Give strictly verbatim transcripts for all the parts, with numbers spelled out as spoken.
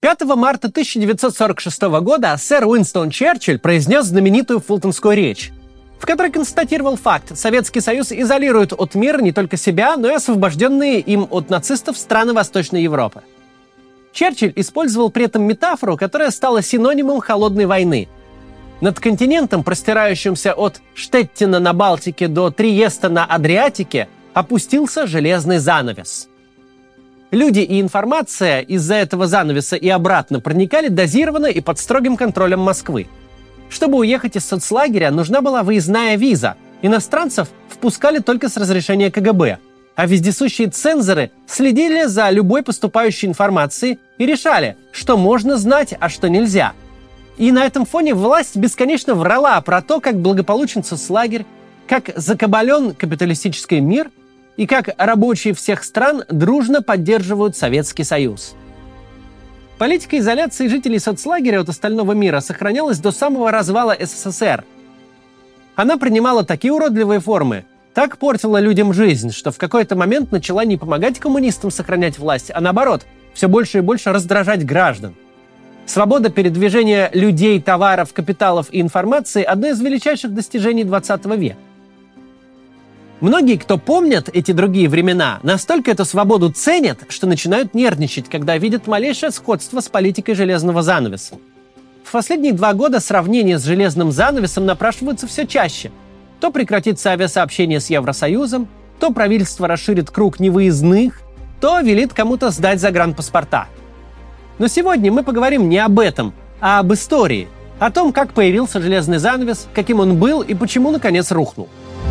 пятого марта тысяча девятьсот сорок шестого года сэр Уинстон Черчилль произнес знаменитую фултонскую речь, в которой констатировал факт: Советский Союз изолирует от мира не только себя, но и освобожденные им от нацистов страны Восточной Европы. Черчилль использовал при этом метафору, которая стала синонимом холодной войны. Над континентом, простирающимся от Штеттина на Балтике до Триеста на Адриатике, опустился железный занавес. Люди и информация из-за этого занавеса и обратно проникали дозированно и под строгим контролем Москвы. Чтобы уехать из соцлагеря, нужна была выездная виза. Иностранцев впускали только с разрешения ка гэ бэ, а вездесущие цензоры следили за любой поступающей информацией и решали, что можно знать, а что нельзя. И на этом фоне власть бесконечно врала про то, как благополучен соцлагерь, как закабален капиталистический мир и как рабочие всех стран дружно поддерживают Советский Союз. Политика изоляции жителей соцлагеря от остального мира сохранялась до самого развала эс эс эс эр. Она принимала такие уродливые формы, так портила людям жизнь, что в какой-то момент начала не помогать коммунистам сохранять власть, а наоборот, все больше и больше раздражать граждан. Свобода передвижения людей, товаров, капиталов и информации – одно из величайших достижений двадцатого века. Многие, кто помнят эти другие времена, настолько эту свободу ценят, что начинают нервничать, когда видят малейшее сходство с политикой железного занавеса. В последние два года сравнения с железным занавесом напрашиваются все чаще. То прекратится авиасообщение с Евросоюзом, то правительство расширит круг невыездных, то велит кому-то сдать загранпаспорта. Но сегодня мы поговорим не об этом, а об истории, о том, как появился железный занавес, каким он был и почему, наконец, рухнул.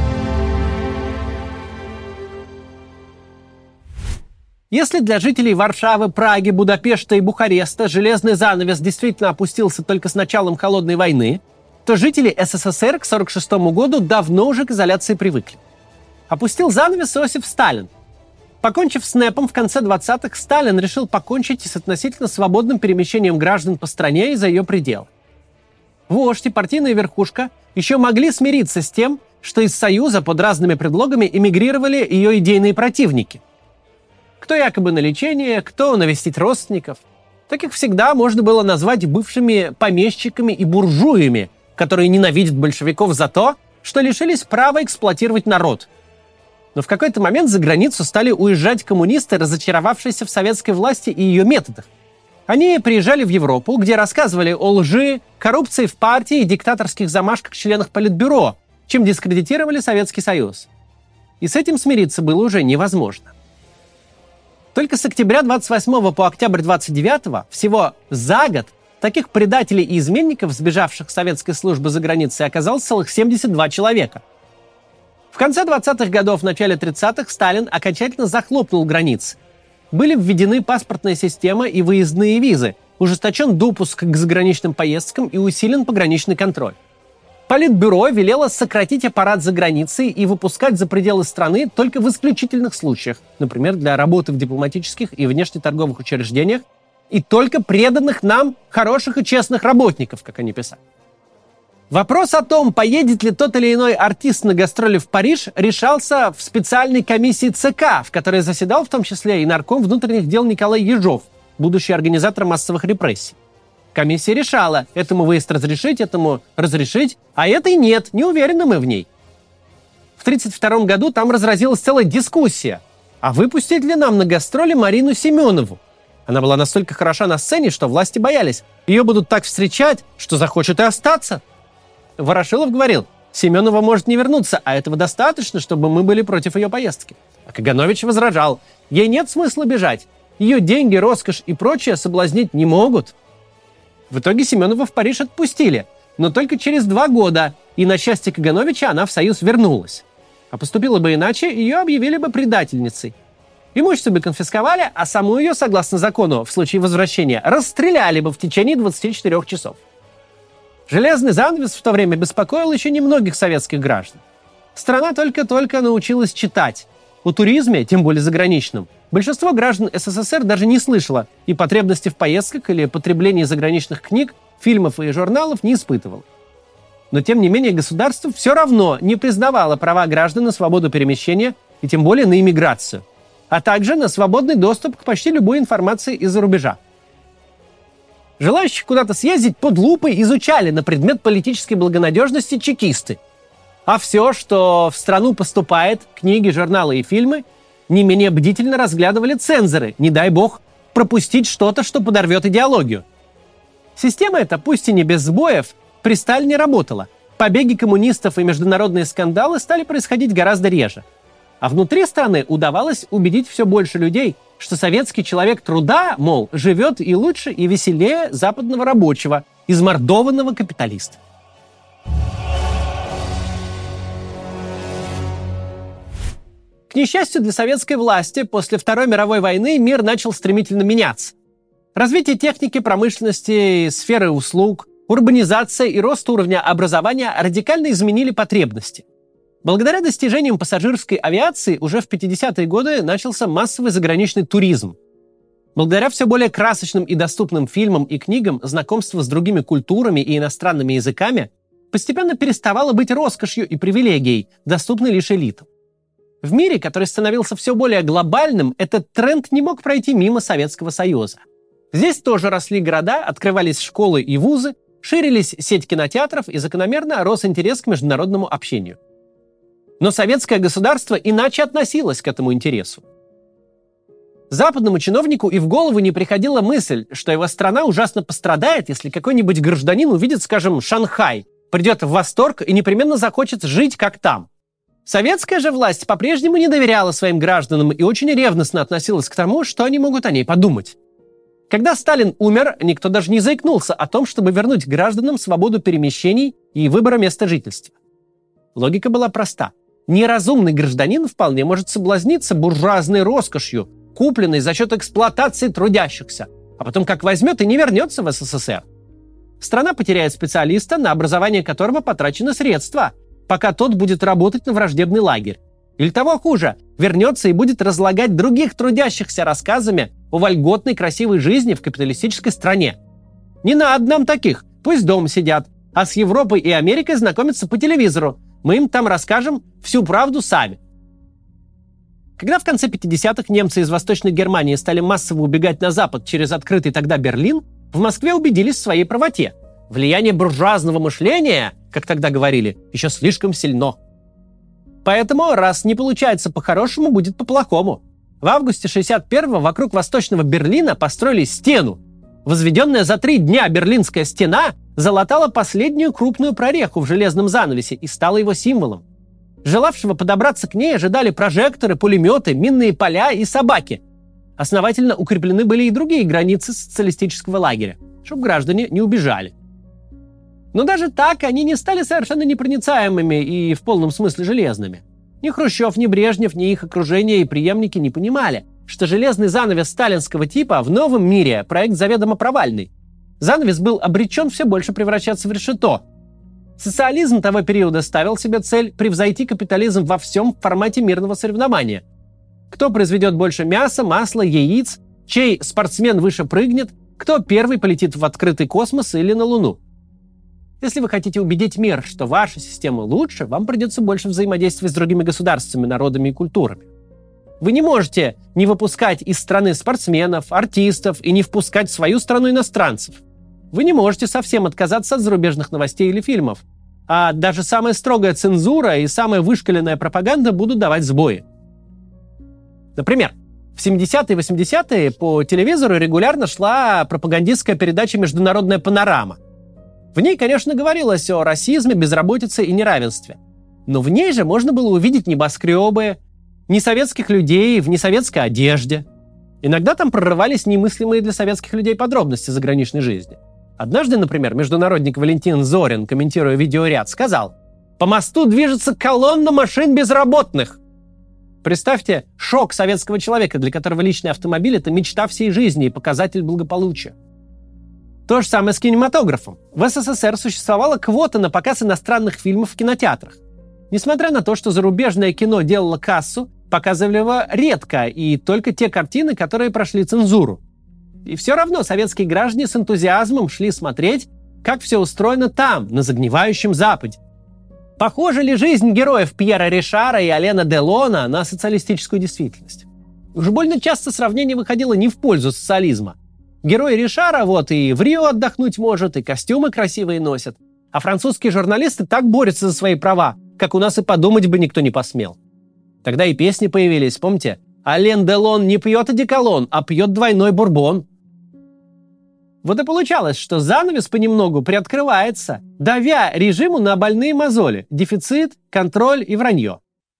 Если для жителей Варшавы, Праги, Будапешта и Бухареста железный занавес действительно опустился только с началом Холодной войны, то жители эс эс эс эр к сорок шестому году давно уже к изоляции привыкли. Опустил занавес Иосиф Сталин. Покончив с НЭПом в конце двадцатых, Сталин решил покончить с относительно свободным перемещением граждан по стране и за ее пределы. Вождь и партийная верхушка еще могли смириться с тем, что из Союза под разными предлогами эмигрировали ее идейные противники. Кто якобы на лечение, кто навестить родственников. Таких всегда можно было назвать бывшими помещиками и буржуями, которые ненавидят большевиков за то, что лишились права эксплуатировать народ. Но в какой-то момент за границу стали уезжать коммунисты, разочаровавшиеся в советской власти и ее методах. Они приезжали в Европу, где рассказывали о лжи, коррупции в партии и диктаторских замашках членов Политбюро, чем дискредитировали Советский Союз. И с этим смириться было уже невозможно. Только с октября двадцать восьмого по октябрь двадцать девятого, всего за год, таких предателей и изменников, сбежавших с советской службы за границей, оказалось целых семьдесят два человека. В конце двадцатых годов, в начале тридцатых Сталин окончательно захлопнул границы. Были введены паспортная система и выездные визы, ужесточен допуск к заграничным поездкам и усилен пограничный контроль. Политбюро велело сократить аппарат за границей и выпускать за пределы страны только в исключительных случаях, например, для работы в дипломатических и внешнеторговых учреждениях, и только преданных нам хороших и честных работников, как они писали. Вопрос о том, поедет ли тот или иной артист на гастроли в Париж, решался в специальной комиссии ЦК, в которой заседал в том числе и нарком внутренних дел Николай Ежов, будущий организатор массовых репрессий. Комиссия решала, этому выезд разрешить, этому разрешить, а этой нет, не уверены мы в ней. В тридцать втором году там разразилась целая дискуссия, а выпустить ли нам на гастроли Марину Семенову? Она была настолько хороша на сцене, что власти боялись. Ее будут так встречать, что захочет и остаться. Ворошилов говорил, Семенова может не вернуться, а этого достаточно, чтобы мы были против ее поездки. А Каганович возражал, ей нет смысла бежать, ее деньги, роскошь и прочее соблазнить не могут. В итоге Семенову в Париж отпустили, но только через два года, и на счастье Кагановича она в Союз вернулась. А поступила бы иначе, ее объявили бы предательницей. Имущество бы конфисковали, а саму ее, согласно закону, в случае возвращения, расстреляли бы в течение двадцати четырёх часов. Железный занавес в то время беспокоил еще немногих советских граждан. Страна только-только научилась читать. О туризме, тем более заграничном, большинство граждан эс эс эс эр даже не слышало и потребности в поездках или потреблении заграничных книг, фильмов и журналов не испытывало. Но тем не менее государство все равно не признавало права граждан на свободу перемещения и тем более на иммиграцию, а также на свободный доступ к почти любой информации из-за рубежа. Желающих куда-то съездить под лупой изучали на предмет политической благонадежности чекисты. А все, что в страну поступает, книги, журналы и фильмы, не менее бдительно разглядывали цензоры, не дай бог пропустить что-то, что подорвет идеологию. Система эта, пусть и не без сбоев, при Сталине работала. Побеги коммунистов и международные скандалы стали происходить гораздо реже. А внутри страны удавалось убедить все больше людей, что советский человек труда, мол, живет и лучше, и веселее западного рабочего, измордованного капиталиста. К несчастью для советской власти, после Второй мировой войны мир начал стремительно меняться. Развитие техники, промышленности, сферы услуг, урбанизация и рост уровня образования радикально изменили потребности. Благодаря достижениям пассажирской авиации уже в пятидесятые годы начался массовый заграничный туризм. Благодаря все более красочным и доступным фильмам и книгам знакомство с другими культурами и иностранными языками постепенно переставало быть роскошью и привилегией, доступной лишь элитам. В мире, который становился все более глобальным, этот тренд не мог пройти мимо Советского Союза. Здесь тоже росли города, открывались школы и вузы, ширились сеть кинотеатров и закономерно рос интерес к международному общению. Но советское государство иначе относилось к этому интересу. Западному чиновнику и в голову не приходила мысль, что его страна ужасно пострадает, если какой-нибудь гражданин увидит, скажем, Шанхай, придет в восторг и непременно захочет жить как там. Советская же власть по-прежнему не доверяла своим гражданам и очень ревностно относилась к тому, что они могут о ней подумать. Когда Сталин умер, никто даже не заикнулся о том, чтобы вернуть гражданам свободу перемещений и выбора места жительства. Логика была проста. Неразумный гражданин вполне может соблазниться буржуазной роскошью, купленной за счет эксплуатации трудящихся, а потом как возьмет и не вернется в СССР. Страна потеряет специалиста, на образование которого потрачены средства, пока тот будет работать на враждебный лагерь. Или того хуже, вернется и будет разлагать других трудящихся рассказами о вольготной красивой жизни в капиталистической стране. Не надо нам таких, пусть дома сидят, а с Европой и Америкой знакомятся по телевизору. Мы им там расскажем всю правду сами. Когда в конце пятидесятых немцы из Восточной Германии стали массово убегать на Запад через открытый тогда Берлин, в Москве убедились в своей правоте. Влияние буржуазного мышления, как тогда говорили, еще слишком сильно. Поэтому, раз не получается по-хорошему, будет по-плохому. В августе шестьдесят первого вокруг Восточного Берлина построили стену. Возведенная за три дня Берлинская стена залатала последнюю крупную прореху в железном занавесе и стала его символом. Желавшего подобраться к ней ожидали прожекторы, пулеметы, минные поля и собаки. Основательно укреплены были и другие границы социалистического лагеря, чтобы граждане не убежали. Но даже так они не стали совершенно непроницаемыми и в полном смысле железными. Ни Хрущев, ни Брежнев, ни их окружение и преемники не понимали, что железный занавес сталинского типа в новом мире проект заведомо провальный. Занавес был обречен все больше превращаться в решето. Социализм того периода ставил себе цель превзойти капитализм во всем в формате мирного соревнования. Кто произведет больше мяса, масла, яиц, чей спортсмен выше прыгнет, кто первый полетит в открытый космос или на Луну. Если вы хотите убедить мир, что ваша система лучше, вам придется больше взаимодействовать с другими государствами, народами и культурами. Вы не можете не выпускать из страны спортсменов, артистов и не впускать в свою страну иностранцев. Вы не можете совсем отказаться от зарубежных новостей или фильмов. А даже самая строгая цензура и самая вышкаленная пропаганда будут давать сбои. Например, в семидесятые и восьмидесятые по телевизору регулярно шла пропагандистская передача «Международная панорама». В ней, конечно, говорилось о расизме, безработице и неравенстве. Но в ней же можно было увидеть небоскребы, несоветских людей в несоветской одежде. Иногда там прорывались немыслимые для советских людей подробности заграничной жизни. Однажды, например, международник Валентин Зорин, комментируя видеоряд, сказал: «По мосту движется колонна машин безработных». Представьте шок советского человека, для которого личный автомобиль – это мечта всей жизни и показатель благополучия. То же самое с кинематографом. В СССР существовала квота на показ иностранных фильмов в кинотеатрах. Несмотря на то, что зарубежное кино делало кассу, показывали его редко и только те картины, которые прошли цензуру. И все равно советские граждане с энтузиазмом шли смотреть, как все устроено там, на загнивающем Западе. Похожа ли жизнь героев Пьера Ришара и Алена Делона на социалистическую действительность? Уж больно часто сравнение выходило не в пользу социализма. Герой Ришара вот и в Рио отдохнуть может, и костюмы красивые носят. А французские журналисты так борются за свои права, как у нас и подумать бы никто не посмел. Тогда и песни появились, помните? Ален Делон не пьет одеколон, а пьет двойной бурбон. Вот и получалось, что занавес понемногу приоткрывается, давя режиму на больные мозоли – дефицит, контроль и вранье.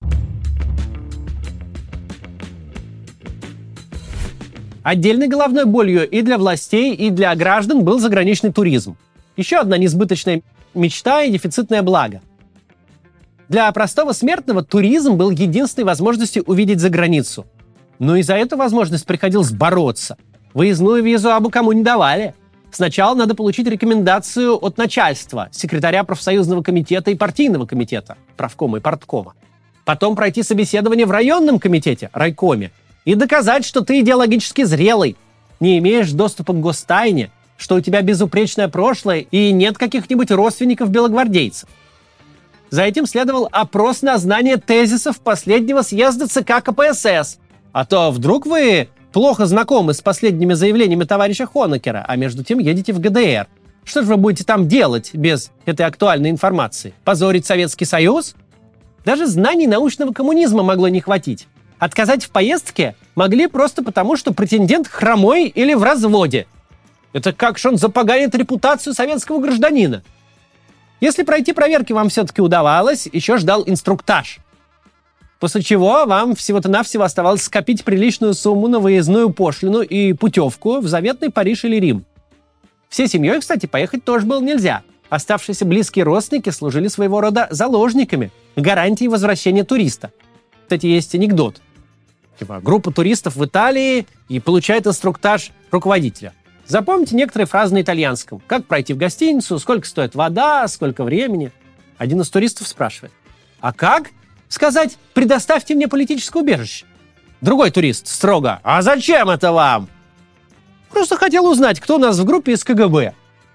Отдельной головной болью и для властей, и для граждан был заграничный туризм. Еще одна несбыточная мечта и дефицитное благо. Для простого смертного туризм был единственной возможностью увидеть за границу. Но и за эту возможность приходилось бороться. Выездную визу абы кому не давали. Сначала надо получить рекомендацию от начальства, секретаря профсоюзного комитета и партийного комитета, правкома и парткома. Потом пройти собеседование в районном комитете, райкоме, и доказать, что ты идеологически зрелый, не имеешь доступа к гостайне, что у тебя безупречное прошлое и нет каких-нибудь родственников белогвардейцев. За этим следовал опрос на знание тезисов последнего съезда ЦК КПСС. А то вдруг вы плохо знакомы с последними заявлениями товарища Хонекера, а между тем едете в ГДР. Что же вы будете там делать без этой актуальной информации? Позорить Советский Союз? Даже знаний научного коммунизма могло не хватить. Отказать в поездке могли просто потому, что претендент хромой или в разводе. Это как же он запоганит репутацию советского гражданина. Если пройти проверки вам все-таки удавалось, еще ждал инструктаж. После чего вам всего-то навсего оставалось скопить приличную сумму на выездную пошлину и путевку в заветный Париж или Рим. Всей семьей, кстати, поехать тоже было нельзя. Оставшиеся близкие родственники служили своего рода заложниками, гарантией возвращения туриста. Кстати, есть анекдот. Типа, группа туристов в Италии и получает инструктаж руководителя. Запомните некоторые фразы на итальянском. Как пройти в гостиницу, сколько стоит вода, сколько времени. Один из туристов спрашивает. А как сказать «предоставьте мне политическое убежище»? Другой турист строго. А зачем это вам? Просто хотел узнать, кто у нас в группе из КГБ.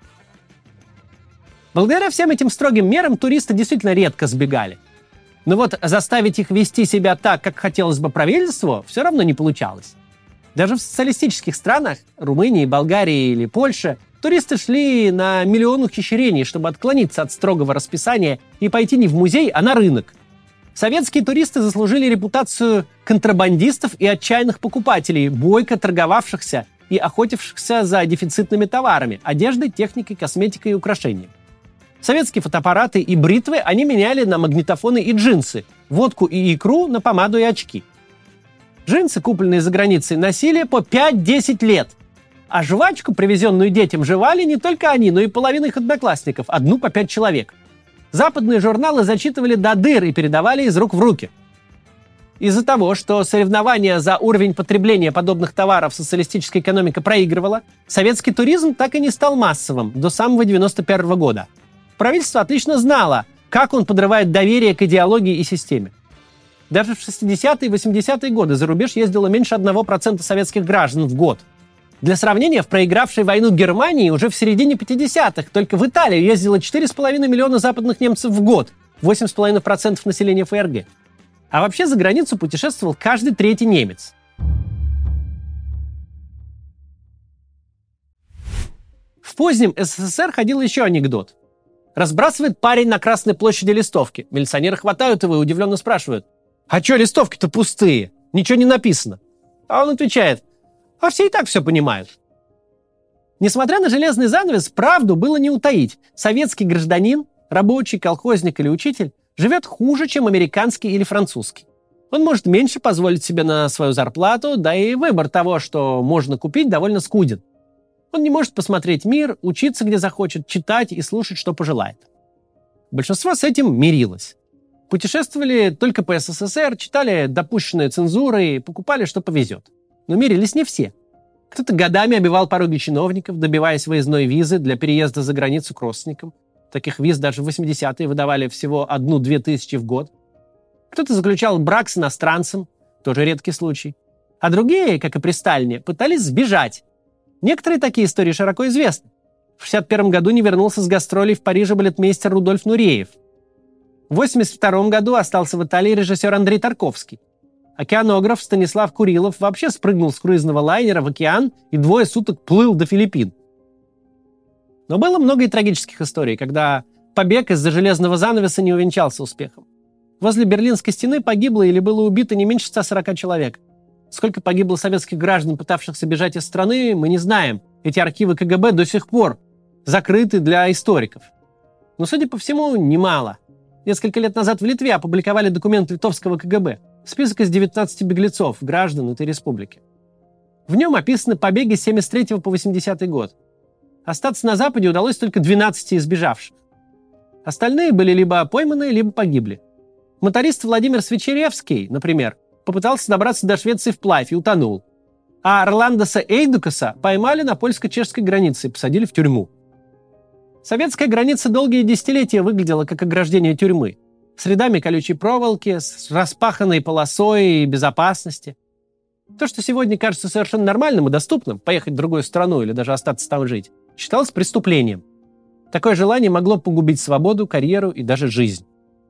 Благодаря всем этим строгим мерам туристы действительно редко сбегали. Но вот заставить их вести себя так, как хотелось бы правительству, все равно не получалось. Даже в социалистических странах, Румынии, Болгарии или Польше, туристы шли на миллион ухищрений, чтобы отклониться от строгого расписания и пойти не в музей, а на рынок. Советские туристы заслужили репутацию контрабандистов и отчаянных покупателей, бойко торговавшихся и охотившихся за дефицитными товарами – одеждой, техникой, косметикой и украшениями. Советские фотоаппараты и бритвы они меняли на магнитофоны и джинсы, водку и икру на помаду и очки. Джинсы, купленные за границей, носили по пять-десять лет. А жвачку, привезенную детям, жевали не только они, но и половина их одноклассников, одну по пять человек. Западные журналы зачитывали до дыр и передавали из рук в руки. Из-за того, что соревнования за уровень потребления подобных товаров социалистическая экономика проигрывала, советский туризм так и не стал массовым до самого девяносто первого года. Правительство отлично знало, как он подрывает доверие к идеологии и системе. Даже в шестидесятые и восьмидесятые годы за рубеж ездило меньше одного процента советских граждан в год. Для сравнения, в проигравшей войну Германии уже в середине пятидесятых только в Италию ездило четыре с половиной миллиона западных немцев в год, восемь с половиной процентов населения ФРГ. А вообще за границу путешествовал каждый третий немец. В позднем СССР ходил еще анекдот. Разбрасывает парень на Красной площади листовки. Милиционеры хватают его и удивленно спрашивают. А что листовки-то пустые? Ничего не написано. А он отвечает. А все и так все понимают. Несмотря на железный занавес, правду было не утаить. Советский гражданин, рабочий, колхозник или учитель живет хуже, чем американский или французский. Он может меньше позволить себе на свою зарплату, да и выбор того, что можно купить, довольно скуден. Он не может посмотреть мир, учиться где захочет, читать и слушать, что пожелает. Большинство с этим мирилось. Путешествовали только по СССР, читали допущенные цензурой, покупали, что повезет. Но мирились не все. Кто-то годами обивал пороги чиновников, добиваясь выездной визы для переезда за границу к родственникам. Таких виз даже в восьмидесятые выдавали всего одну-две тысячи в год. Кто-то заключал брак с иностранцем, тоже редкий случай. А другие, как и при Сталине, пытались сбежать. Некоторые такие истории широко известны. В шестьдесят первом году не вернулся с гастролей в Париже балетмейстер Рудольф Нуреев. В восемьдесят втором году остался в Италии режиссер Андрей Тарковский. Океанограф Станислав Курилов вообще спрыгнул с круизного лайнера в океан и двое суток плыл до Филиппин. Но было много и трагических историй, когда побег из-за железного занавеса не увенчался успехом. Возле Берлинской стены погибло или было убито не меньше ста сорока человек. Сколько погибло советских граждан, пытавшихся бежать из страны, мы не знаем. Эти архивы ка гэ бэ до сих пор закрыты для историков. Но, судя по всему, немало. Несколько лет назад в Литве опубликовали документ литовского ка гэ бэ. Список из девятнадцати беглецов, граждан этой республики. В нем описаны побеги с семьдесят третьего по восьмидесятый год. Остаться на Западе удалось только двенадцати избежавших. Остальные были либо пойманы, либо погибли. Моторист Владимир Свечеревский, например, попытался добраться до Швеции вплавь и утонул. А Орландоса Эйдукаса поймали на польско-чешской границе и посадили в тюрьму. Советская граница долгие десятилетия выглядела как ограждение тюрьмы, с рядами колючей проволоки, с распаханной полосой безопасности. То, что сегодня кажется совершенно нормальным и доступным, поехать в другую страну или даже остаться там жить, считалось преступлением. Такое желание могло погубить свободу, карьеру и даже жизнь.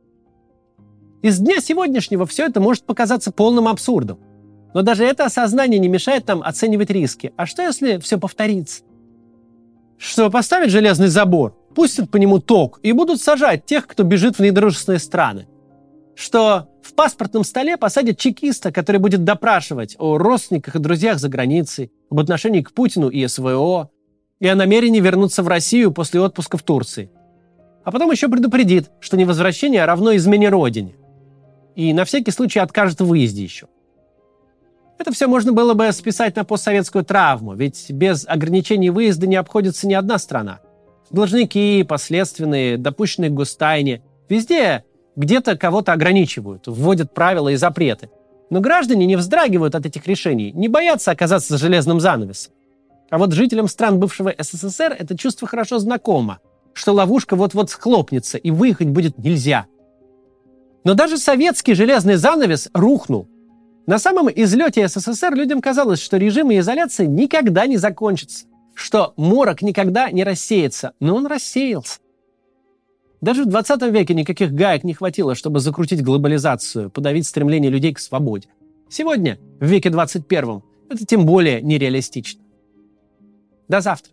Из дня сегодняшнего все это может показаться полным абсурдом. Но даже это осознание не мешает нам оценивать риски. А что, если все повторится? Что, поставить железный забор, пустят по нему ток и будут сажать тех, кто бежит в недружественные страны? Что в паспортном столе посадят чекиста, который будет допрашивать о родственниках и друзьях за границей, об отношении к Путину и эс вэ о, и о намерении вернуться в Россию после отпуска в Турции. А потом еще предупредит, что невозвращение равно измене родине. И на всякий случай откажет в выезде еще. Это все можно было бы списать на постсоветскую травму, ведь без ограничений выезда не обходится ни одна страна. Должники, последственные, допущенные к гостайне. Везде где-то кого-то ограничивают, вводят правила и запреты. Но граждане не вздрагивают от этих решений, не боятся оказаться за железным занавесом. А вот жителям стран бывшего эс эс эс эр это чувство хорошо знакомо, что ловушка вот-вот схлопнется и выехать будет нельзя. Но даже советский железный занавес рухнул. На самом излете эс эс эс эр людям казалось, что режим и изоляция никогда не закончатся, что морок никогда не рассеется, но он рассеялся. Даже в двадцатом веке никаких гаек не хватило, чтобы закрутить глобализацию, подавить стремление людей к свободе. Сегодня, в веке двадцать первом, это тем более нереалистично. До завтра.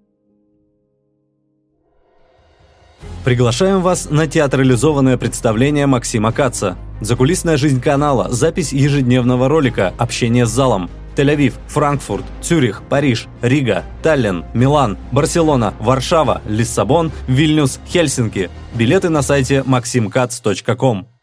Приглашаем вас на театрализованное представление Максима Каца. Закулисная жизнь канала, запись ежедневного ролика, общение с залом. Тель-Авив, Франкфурт, Цюрих, Париж, Рига, Таллин, Милан, Барселона, Варшава, Лиссабон, Вильнюс, Хельсинки. Билеты на сайте максим кац точка ком.